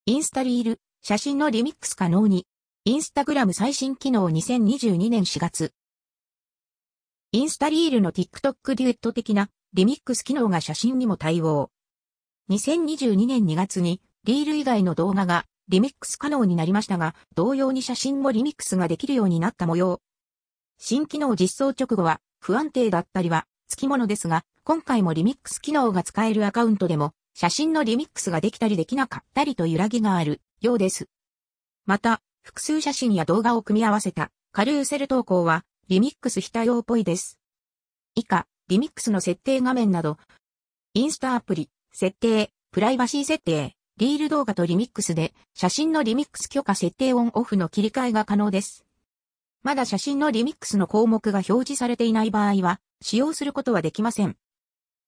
インスタリール、写真のリミックス可能に。インスタグラム最新機能2022年4月。インスタリールの TikTok デュエット的なリミックス機能が写真にも対応。2022年2月にリール以外の動画がリミックス可能になりましたが、同様に写真もリミックスができるようになった模様。新機能実装直後は不安定だったりはつきものですが、今回もリミックス機能が使えるアカウントでも写真のリミックスができたりできなかったりと揺らぎがあるようです。また、複数写真や動画を組み合わせたカルーセル投稿はリミックス非対応っぽいです。以下、リミックスの設定画面など、インスタアプリ、設定、プライバシー設定、リール動画とリミックスで写真のリミックス許可設定オンオフの切り替えが可能です。まだ写真のリミックスの項目が表示されていない場合は使用することはできません。